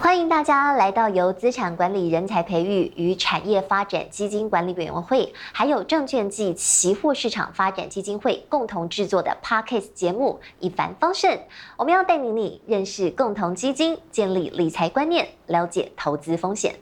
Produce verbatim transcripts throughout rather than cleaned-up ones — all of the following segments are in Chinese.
欢迎大家来到由资产管理人才培育与产业发展基金管理委员会，还有证券暨期货市场发展基金会共同制作的 Podcast 节目《一帆风顺》。我们要带领你认识共同基金，建立理财观念，了解投资风险。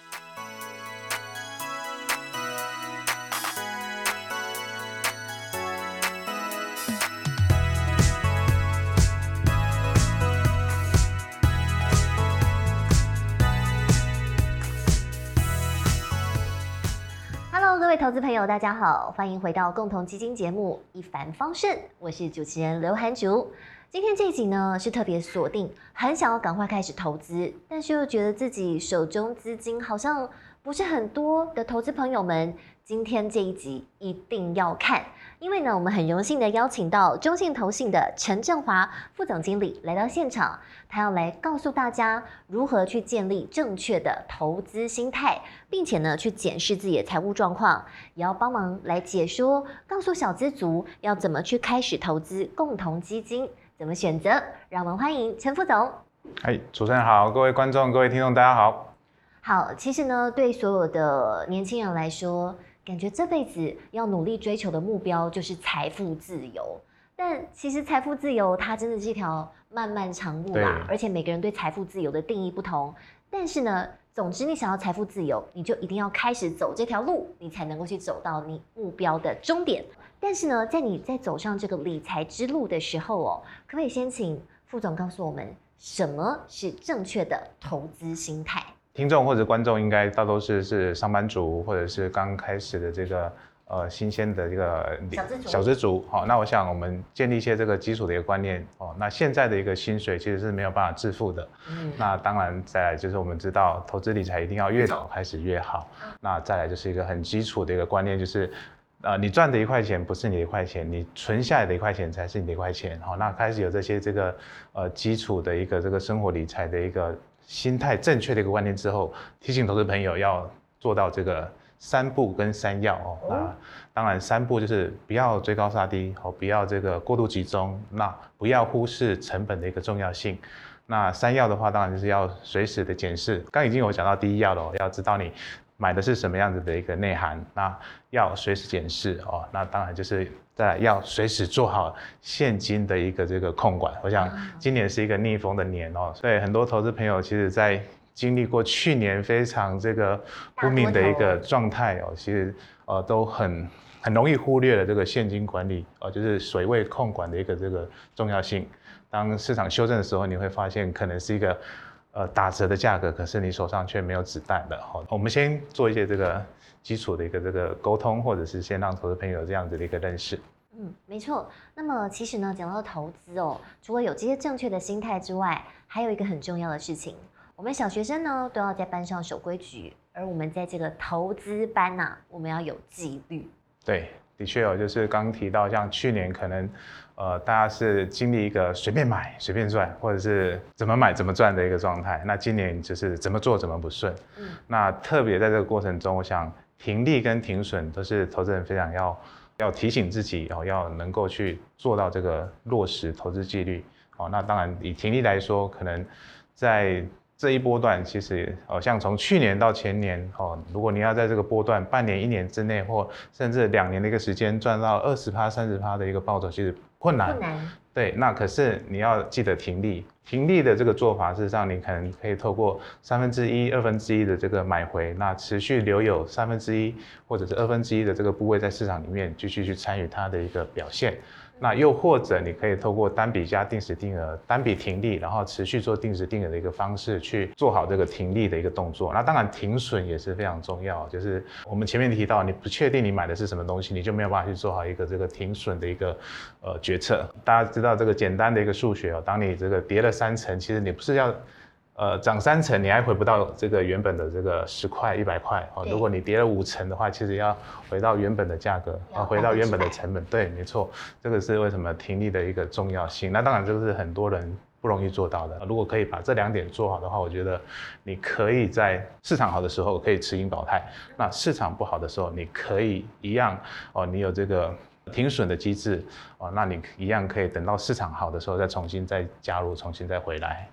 各位投资朋友，大家好，欢迎回到共同基金节目《一帆风顺》，我是主持人刘涵竹。今天这一集呢，是特别锁定很想要赶快开始投资，但是又觉得自己手中资金好像不是很多的投资朋友们，今天这一集一定要看，因为呢，我们很荣幸的邀请到中信投信的陈正华副总经理来到现场，他要来告诉大家如何去建立正确的投资心态，并且呢，去检视自己的财务状况，也要帮忙来解说，告诉小资族要怎么去开始投资共同基金，怎么选择。让我们欢迎陈副总。 哎，主持人好，各位观众、各位听众，大家好。 好，其实呢，对所有的年轻人来说，感觉这辈子要努力追求的目标就是财富自由。但其实财富自由它真的是一条漫漫长路啦，而且每个人对财富自由的定义不同。但是呢，总之你想要财富自由，你就一定要开始走这条路，你才能够去走到你目标的终点。但是呢，在你在走上这个理财之路的时候哦，可不可以先请副总告诉我们，什么是正确的投资心态？ 听众或者观众应该大多是是上班族，或者是刚开始的这个呃新鲜的这个小资族。好、哦，那我想我们建立一些这个基础的一个观念哦。那现在的一个薪水其实是没有办法致富的。嗯。那当然再来就是我们知道投资理财一定要越早开始越好。嗯、那再来就是一个很基础的一个观念，就是呃你赚的一块钱不是你的一块钱，你存下来的一块钱才是你的一块钱。好、哦，那开始有这些这个呃基础的一个这个生活理财的一个心态正确的一个观念之后，提醒投资朋友要做到这个三不跟三要哦。那当然三不就是不要追高杀低，哦，不要这个过度集中，那不要忽视成本的一个重要性。那三要的话，当然就是要随时的检视。刚已经有讲到第一要了、哦，要知道你买的是什么样子的一个内涵，那要随时检视哦。那当然就是再来要随时做好现金的一个这个控管。我想今年是一个逆风的年哦，所以很多投资朋友其实在经历过去年非常这个不明的一个状态哦，其实呃都很很容易忽略了这个现金管理哦，就是水位控管的一个这个重要性。当市场修正的时候，你会发现可能是一个呃打折的价格，可是你手上却没有子弹的。好，我们先做一些这个基础的一个这个沟通，或者是先让投资朋友这样子的一个认识。 嗯，没错。那么其实呢，讲到投资哦，除了有这些正确的心态之外，还有一个很重要的事情，我们小学生呢都要在班上守规矩，而我们在这个投资班呐、啊，我们要有纪律。 对，的确哦，就是刚提到，像去年可能，呃，大家是经历一个随便买随便赚，或者是怎么买怎么赚的一个状态。那今年就是怎么做怎么不顺。嗯，那特别在这个过程中，我想停利跟停损都是投资人非常要要提醒自己哦，要能够去做到这个落实投资纪律。哦，那当然以停利来说，可能在这一波段，其实哦，像从去年到前年哦，如果你要在这个波段半年、一年之内，或甚至两年的一个时间赚到二十趴、三十趴的一个报酬，其实困难。 困难。 对，那可是你要记得停利。停利的这个做法，事实上你可能可以透过三分之一、二分之一的这个买回，那持续留有三分之一或者是二分之一的这个部位在市场里面继续去参与它的一个表现。那又或者你可以透过单笔加定时定额，单笔停利，然后持续做定时定额的一个方式去做好这个停利的一个动作。那当然停损也是非常重要，就是我们前面提到，你不确定你买的是什么东西，你就没有办法去做好一个这个停损的一个呃决策。大家知道这个简单的一个数学哦，当你这个跌了三成，其实你不是要呃，涨三成，你还回不到这个原本的这个十块、一百块哦。如果你跌了五成的话，其实要回到原本的价格，啊，回到原本的成本。对，没错，这个是为什么停利的一个重要性。那当然，这个是很多人不容易做到的。如果可以把这两点做好的话，我觉得你可以在市场好的时候可以持盈保泰，那市场不好的时候，你可以一样哦，你有这个停损的机制哦，那你一样可以等到市场好的时候再重新再加入，重新再回来。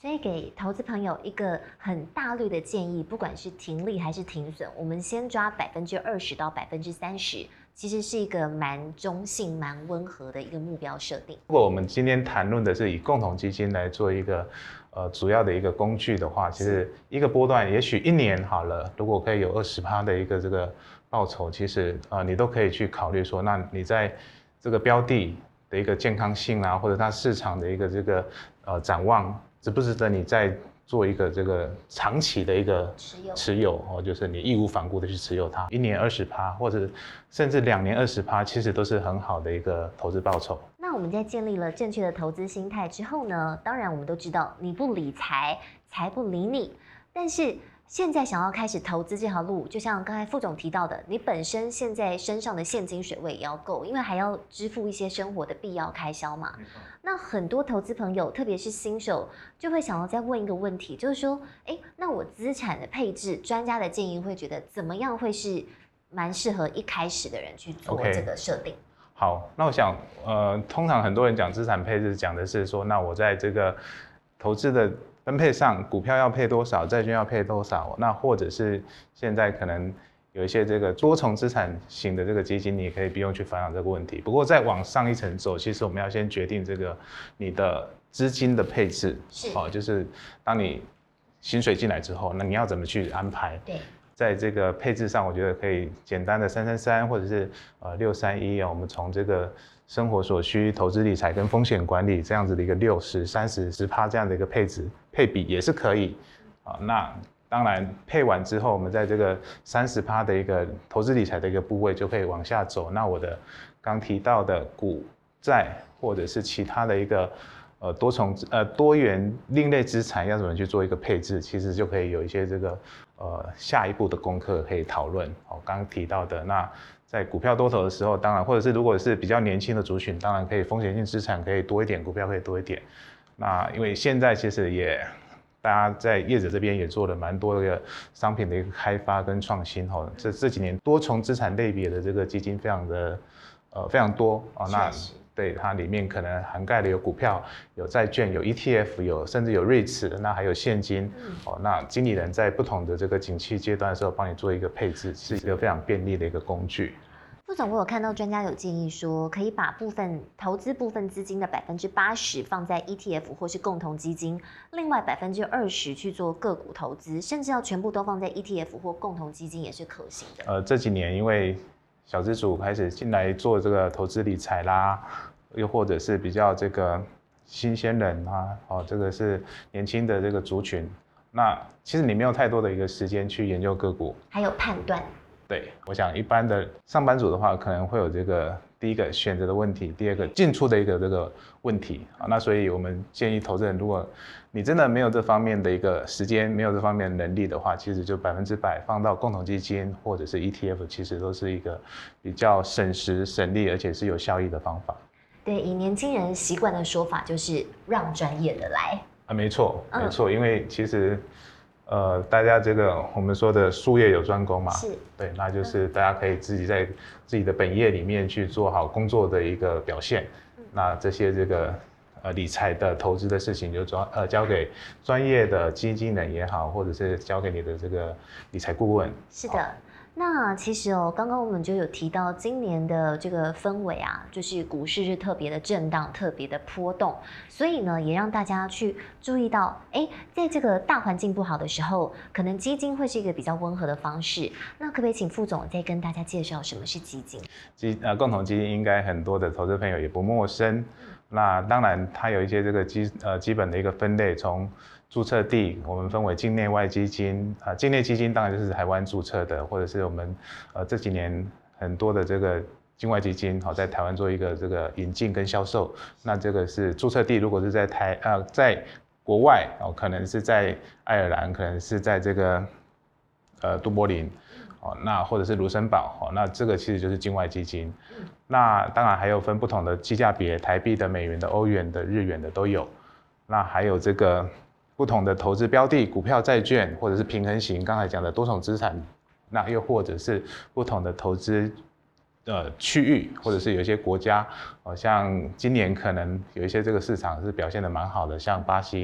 所以给投资朋友一个很大略的建议，不管是停利还是停损，我们先抓百分之二十到百分之三十，其实是一个蛮中性、蛮温和的一个目标设定。 如果我们今天谈论的是以共同基金来做一个呃主要的一个工具的话，其实一个波段也许一年好了，如果可以有二十趴的一个这个报酬，其实呃你都可以去考虑说，那你在这个标的的一个健康性啊，或者它市场的一个这个呃展望，值不值得你在做一个这个长期的一个持有持有哦，就是你义无反顾的去持有它，一年二十趴，或者甚至两年二十趴，其实都是很好的一个投资报酬。 那我们在建立了正确的投资心态之后呢，当然我们都知道，你不理财，财不理你。但是现在想要开始投资这条路，就像刚才副总提到的，你本身现在身上的现金水位也要够，因为还要支付一些生活的必要开销嘛。那很多投资朋友，特别是新手，就会想要再问一个问题，就是说，哎，那我资产的配置，专家的建议会觉得怎么样会是蛮适合一开始的人去做这个设定？ Okay. 好，那我想，呃，通常很多人讲资产配置，讲的是说，那我在这个投资的分配上，股票要配多少，债券要配多少，那或者是现在可能有一些这个多重资产型的这个基金，你也可以不用去烦恼这个问题。不过再往上一层走，其实我们要先决定这个你的资金的配置， 是， 好，就是当你薪水进来之后，那你要怎么去安排？ 对。 在这个配置上，我觉得可以简单的三三三，或者是呃六三一啊，我们从这个生活所需、投资理财跟风险管理这样子的一个六十、三十、十趴这样的一个配置配比也是可以啊。那当然配完之后，我们在这个三十趴的一个投资理财的一个部位就可以往下走。那我的刚提到的股债或者是其他的一个呃多重呃多元另类资产要怎么去做一个配置，其实就可以有一些这个。呃，下一步的功课可以讨论。哦，刚刚提到的，那在股票多头的时候，当然，或者是如果是比较年轻的族群，当然可以风险性资产可以多一点，股票可以多一点。那因为现在其实也，大家在业者这边也做了蛮多的商品的一个开发跟创新。哦，这这几年多重资产类别的这个基金非常的呃非常多啊。那对，它里面可能涵盖了有股票、有债券、有 E T F、有甚至有瑞驰，那还有现金。嗯、哦，那经理人在不同的这个景气阶段的时候，帮你做一个配置，是一个非常便利的一个工具。 副总，我有看到专家有建议说，可以把部分投资部分资金的百分之八十放在 E T F 或是共同基金，另外百分之二十去做个股投资，甚至要全部都放在 E T F 或共同基金也是可行的。 呃，这几年因为小资主开始进来做这个投资理财啦，又或者是比较这个新鲜人啊，哦，这个是年轻的这个族群，那其实你没有太多的一个时间去研究个股， 还有判断。 对，我想一般的上班族的话，可能会有这个第一个选择的问题，第二个进出的一个这个问题啊。那所以我们建议投资人，如果你真的没有这方面的一个时间，没有这方面的能力的话，其实就百分之百放到共同基金或者是 E T F， 其实都是一个比较省时省力，而且是有效益的方法。 对，以年轻人习惯的说法就是让专业的来啊，没错，没错，嗯、因为其实。呃，大家这个我们说的术业有专攻嘛， 是， 对，那就是大家可以自己在自己的本业里面去做好工作的一个表现。嗯、那这些这个呃理财的投资的事情就交呃交给专业的基金人也好，或者是交给你的这个理财顾问。 是的。那其实哦，刚刚我们就有提到今年的这个氛围啊，就是股市是特别的震荡，特别的波动，所以呢，也让大家去注意到，哎，在这个大环境不好的时候，可能基金会是一个比较温和的方式。那可不可以请副总再跟大家介绍什么是基金？ 基呃共同基金应该很多的投资朋友也不陌生。嗯、那当然，它有一些这个基呃基本的一个分类，从注册地，我们分为境内外基金啊、呃，境内基金当然就是台湾注册的，或者是我们呃这几年很多的这个境外基金，好、哦、在台湾做一个这个引进跟销售。那这个是注册地，如果是在台呃在国外哦，可能是在爱尔兰，可能是在这个呃都柏林，哦，那或者是卢森堡，哦，那这个其实就是境外基金。那当然还有分不同的计价别，台币的、美元的、欧元的、日元的都有。那还有这个。不同的投资标的，股票、债券，或者是平衡型，刚才讲的多重资产，那又或者是不同的投资呃区域，或者是有一些国家，哦，像今年可能有一些这个市场是表现得蛮好的，像巴西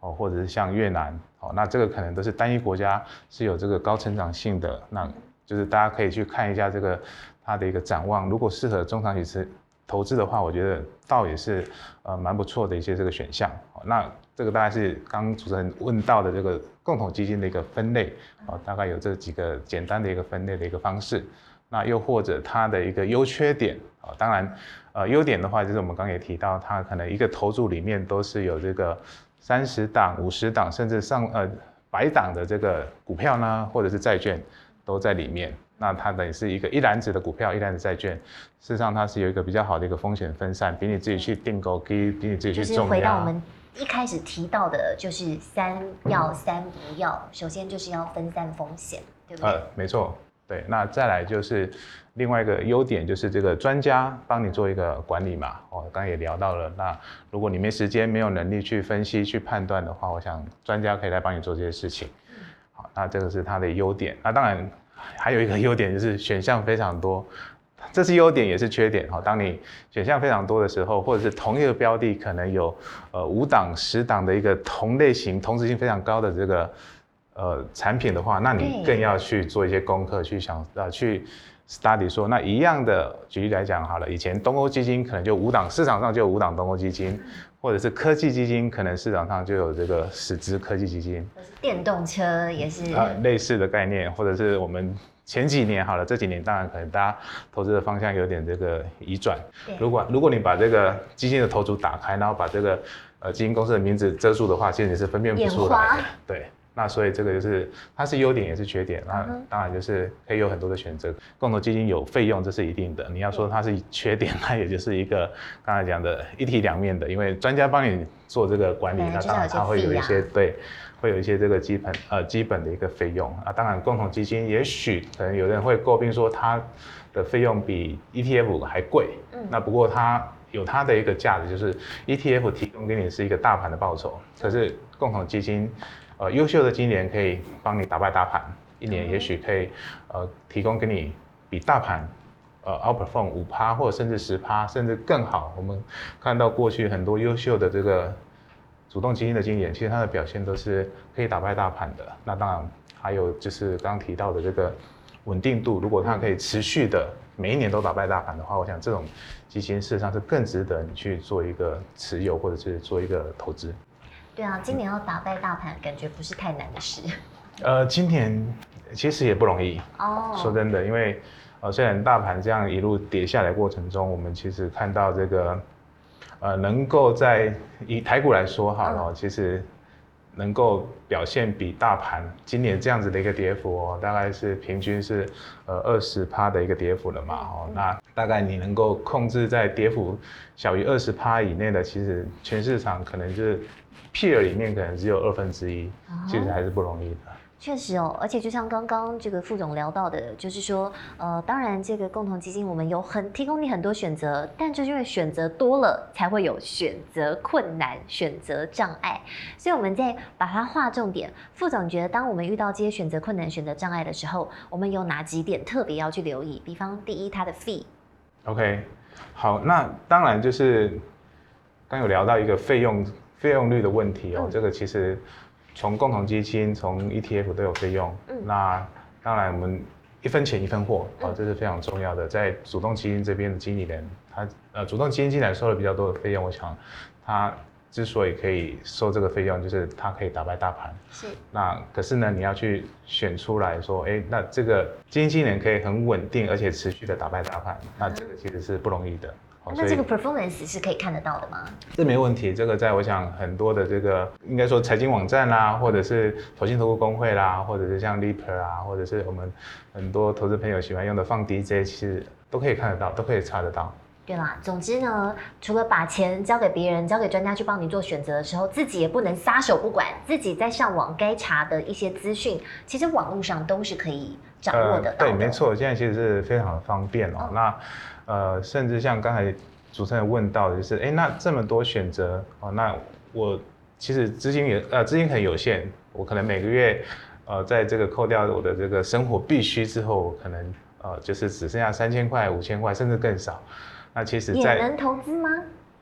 哦，或者是像越南，哦，那这个可能都是单一国家是有这个高成长性的，那就是大家可以去看一下这个它的一个展望。如果适合中长期持投资的话，我觉得倒也是呃蛮不错的一些这个选项。哦，那这个大概是刚刚主持人问到的这个共同基金的一个分类，哦，大概有这几个简单的一个分类的一个方式。那又或者它的一个优缺点，哦，当然，呃，优点的话就是我们刚刚也提到，它可能一个投组里面都是有这个三十档、五十档，甚至上呃百档的这个股票呢，或者是债券都在里面。那它等于是一个一篮子的股票，一篮子债券，事实上它是有一个比较好的一个风险分散，比你自己去定购，比比你自己去重压。 就是回到我们一开始提到的，就是三要三不要，首先就是要分散风险，对不对？ 呃，没错。对，那再来就是另外一个优点，就是这个专家帮你做一个管理嘛。哦，刚刚也聊到了，那如果你没时间、没有能力去分析、去判断的话，我想专家可以来帮你做这些事情。好，那这个是它的优点。那当然还有一个优点就是选项非常多，这是优点也是缺点。好，当你选项非常多的时候，或者是同一个标的可能有呃五档、十档的一个同类型、同质性非常高的这个。呃，产品的话，那你更要去做一些功课，去想呃去 study 说，那一样的，举例来讲好了，以前东欧基金可能就五档，市场上就有五档东欧基金，或者是科技基金，可能市场上就有这个十只科技基金， 电动车也是呃类似的概念，或者是我们前几年好了，这几年当然可能大家投资的方向有点这个移转，如果如果你把这个基金的投组打开，然后把这个呃基金公司的名字遮住的话，其实你是分辨不出来的，对。那所以这个就是它是优点也是缺点，那当然就是可以有很多的选择。共同基金有费用，这是一定的。你要说它是缺点，它也就是一个刚才讲的一体两面的，因为专家帮你做这个管理，那当然它会有一些对，会有一些这个基本呃基本的一个费用啊。当然共同基金也许可能有人会诟病说它的费用比 E T F 还贵，嗯，那不过它有它的一个价值，就是 E T F 提供给你是一个大盘的报酬，可是共同基金。呃，优秀的经理人可以帮你打败大盘，一年也许可以呃提供给你比大盘呃 outperform 五趴或者甚至十趴，甚至更好。我们看到过去很多优秀的这个主动基金的经理人，其实他的表现都是可以打败大盘的。那当然还有就是刚刚提到的这个稳定度，如果它可以持续的每一年都打败大盘的话，我想这种基金事实上是更值得你去做一个持有或者是做一个投资。 对啊，今年要打败大盘，感觉不是太难的事。 呃，今年其实也不容易哦。说真的，因为呃，虽然大盘这样一路跌下来过程中，我们其实看到这个呃，能够在以台股来说好了，嗯、其实能够表现比大盘今年这样子的一个跌幅哦，大概是平均是呃二十趴的一个跌幅了嘛哦，嗯、那大概你能够控制在跌幅小于二十趴以内的，其实全市场可能就是。peer 里面可能只有二分之一，其实还是不容易的。 确实哦，而且就像刚刚这个副总聊到的，就是说，呃，当然这个共同基金我们有很提供你很多选择，但就是因为选择多了，才会有选择困难、选择障碍。所以我们在把它划重点。副总觉得，当我们遇到这些选择困难、选择障碍的时候，我们有哪几点特别要去留意？比方，第一，它的 fee。OK， 好，那当然就是刚有聊到一个费用。费用率的问题哦，嗯、这个其实从共同基金、从 E T F 都有费用。嗯、那当然我们一分钱一分货，嗯、哦，这是非常重要的。在主动基金这边的经理人，他呃主动基金经理人收了比较多的费用，我想他之所以可以收这个费用，就是他可以打败大盘。是。那可是呢，你要去选出来说，哎，那这个基金经理人可以很稳定而且持续的打败大盘，嗯、那这个其实是不容易的。 那这个 performance 是可以看得到的吗？ 这没问题，这个在我想很多的这个应该说财经网站啦，或者是投信投顾公会啦，或者是像 Leaper 啊，或者是我们很多投资朋友喜欢用的放 D J， 其实都可以看得到，都可以查得到。 对啦，总之呢，除了把钱交给别人、交给专家去帮你做选择的时候，自己也不能撒手不管，自己在上网该查的一些资讯，其实网络上都是可以掌握得到的。 呃、对，没错，现在其实是非常的方便哦。嗯、那呃，甚至像刚才主持人问到的，就是，哎，那这么多选择哦，那我其实资金也呃资金很有限，我可能每个月呃在这个扣掉我的这个生活必须之后，我可能呃就是只剩下三千块、五千块，甚至更少。那其实在也能投资吗？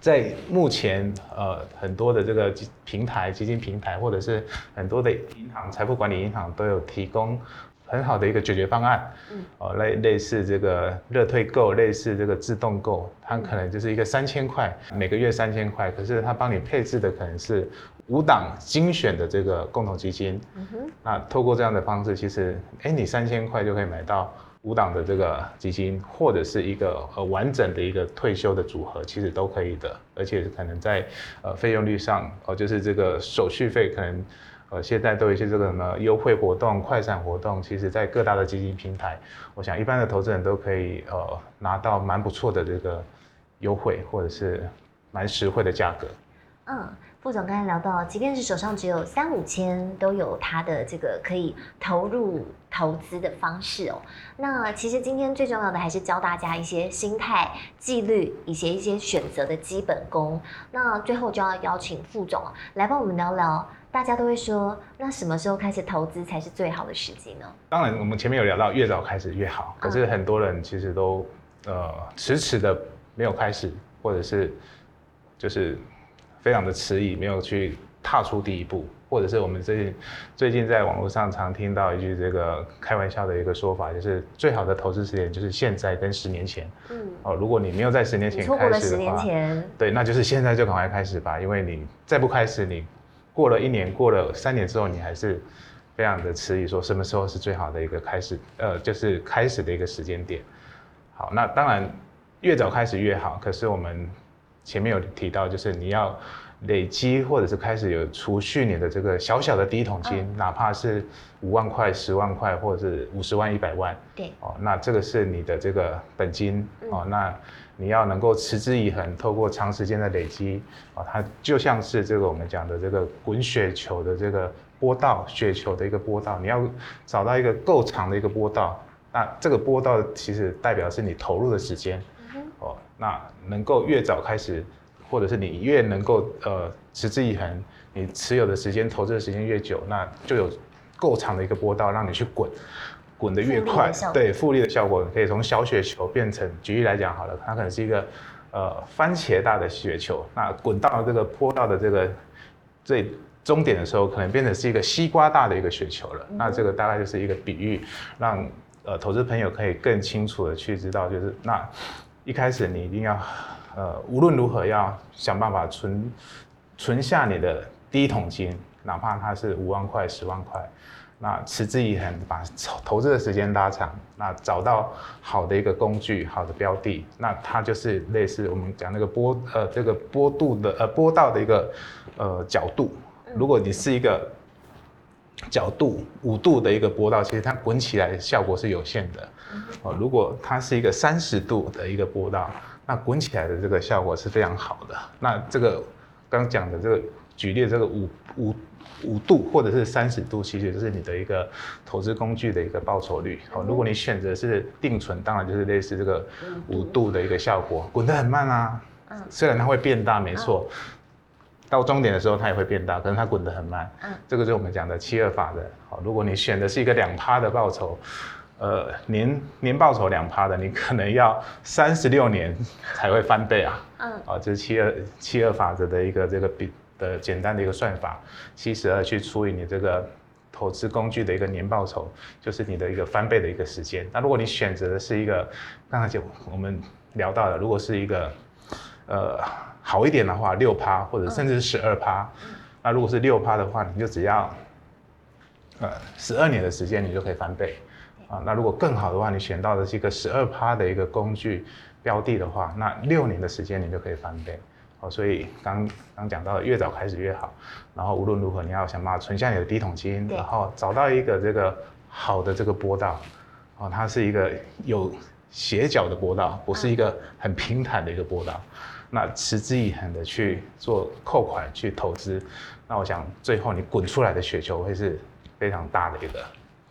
在目前呃很多的这个平台、基金平台，或者是很多的银行、财富管理银行都有提供很好的一个解决方案，嗯，哦，类类似这个热退购，类似这个自动购，它可能就是一个三千块，每个月三千块，可是它帮你配置的可能是五档精选的这个共同基金，嗯哼，那透过这样的方式，其实，哎，你三千块就可以买到五档的这个基金，或者是一个呃完整的一个退休的组合，其实都可以的，而且可能在呃费用率上，哦，就是这个手续费可能，呃现在都有一些这个什么优惠活动、快闪活动，其实在各大的基金平台，我想一般的投资人都可以呃拿到蛮不错的这个优惠，或者是蛮实惠的价格。 嗯。副总刚才聊到，即便是手上只有三五千，都有他的这个可以投入投资的方式哦。那其实今天最重要的还是教大家一些心态、纪律以及一些选择的基本功。那最后就要邀请副总来帮我们聊聊。大家都会说，那什么时候开始投资才是最好的时机呢？ 当然，我们前面有聊到，越早开始越好。可是很多人其实都呃迟迟的没有开始，或者是就是非常的迟疑，没有去踏出第一步，或者是我们最近最近在网络上常听到一句这个开玩笑的一个说法，就是最好的投资时间就是现在跟十年前。嗯，哦，如果你没有在十年前开始的话， 错过了十年前， 对，那就是现在就赶快开始吧，因为你再不开始，你过了一年，过了三年之后，你还是非常的迟疑，说什么时候是最好的一个开始，呃，就是开始的一个时间点。好，那当然越早开始越好，可是我们前面有提到，就是你要累积或者是开始有储蓄你的这个小小的第一桶金，嗯、哪怕是五万块、十万块，或者是五十万、一百万， 对， 哦，那这个是你的这个本金，嗯、哦，那你要能够持之以恒，透过长时间的累积，哦，它就像是这个我们讲的这个滚雪球的这个波道，雪球的一个波道，你要找到一个够长的一个波道，那这个波道其实代表是你投入的时间。哦，那能够越早开始，或者是你越能够呃持之以恒，你持有的时间、投资的时间越久，那就有够长的一个波道让你去滚，滚得越快，对，复利的效果可以从小雪球变成，举例来讲好了，它可能是一个呃番茄大的雪球，那滚到这个坡道的这个最终点的时候，可能变成是一个西瓜大的一个雪球了。嗯、那这个大概就是一个比喻，让呃投资朋友可以更清楚的去知道，就是那。一开始你一定要，呃，无论如何要想办法存，存下你的第一桶金，哪怕它是五万块、十万块，那持之以恒，把投资的时间拉长，那找到好的一个工具、好的标的，那它就是类似我们讲那个波，呃，这个波度的，呃，波道的一个，呃，角度。如果你是一个角度五度的一个波道，其实它滚起来的效果是有限的。哦，如果它是一个三十度的一个波道，那滚起来的这个效果是非常好的。那这个刚讲的这个举例的这个五五五度或者是三十度，其实就是你的一个投资工具的一个报酬率。哦，如果你选择是定存，当然就是类似这个五度的一个效果，滚得很慢啊。虽然它会变大，没错。到终点的时候，它也会变大，可是它滚得很慢。嗯，这个就是我们讲的七二法则。好，如果你选的是一个两趴的报酬，呃，年年报酬两趴的，你可能要三十六年才会翻倍啊。嗯，啊，这是七二七二法则的一个这个比的简单的一个算法，七十二去除以你这个投资工具的一个年报酬，就是你的一个翻倍的一个时间。那如果你选择的是一个，刚才就我们聊到的，如果是一个，呃。好一点的话，六趴或者甚至是十二趴。那如果是六趴的话，你就只要呃十二年的时间，你就可以翻倍啊。那如果更好的话，你选到的是一个十二趴的一个工具标的的话，那六年的时间你就可以翻倍。哦，所以刚刚讲到的，越早开始越好。然后无论如何，你要想办法存下你的第一桶金，然后找到一个这个好的这个波道。哦，它是一个有斜角的波道，不是一个很平坦的一个波道。那持之以恒的去做扣款去投资，那我想最后你滚出来的雪球会是非常大的一个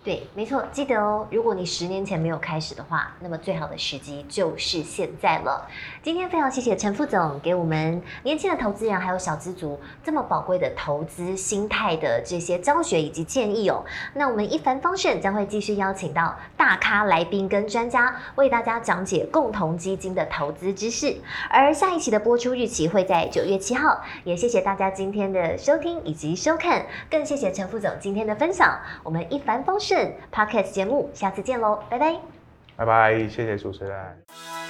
对，没错，记得哦。如果你十年前没有开始的话，那么最好的时机就是现在了。今天非常谢谢陈副总给我们年轻的投资人还有小资族这么宝贵的投资心态的这些教学以及建议哦。那我们一帆风顺将会继续邀请到大咖来宾跟专家为大家讲解共同基金的投资知识，而下一期的播出日期会在九月七号。也谢谢大家今天的收听以及收看，更谢谢陈副总今天的分享。我们一帆风顺 Podcast 节目，下次见喽，拜拜， 拜拜，谢谢主持人。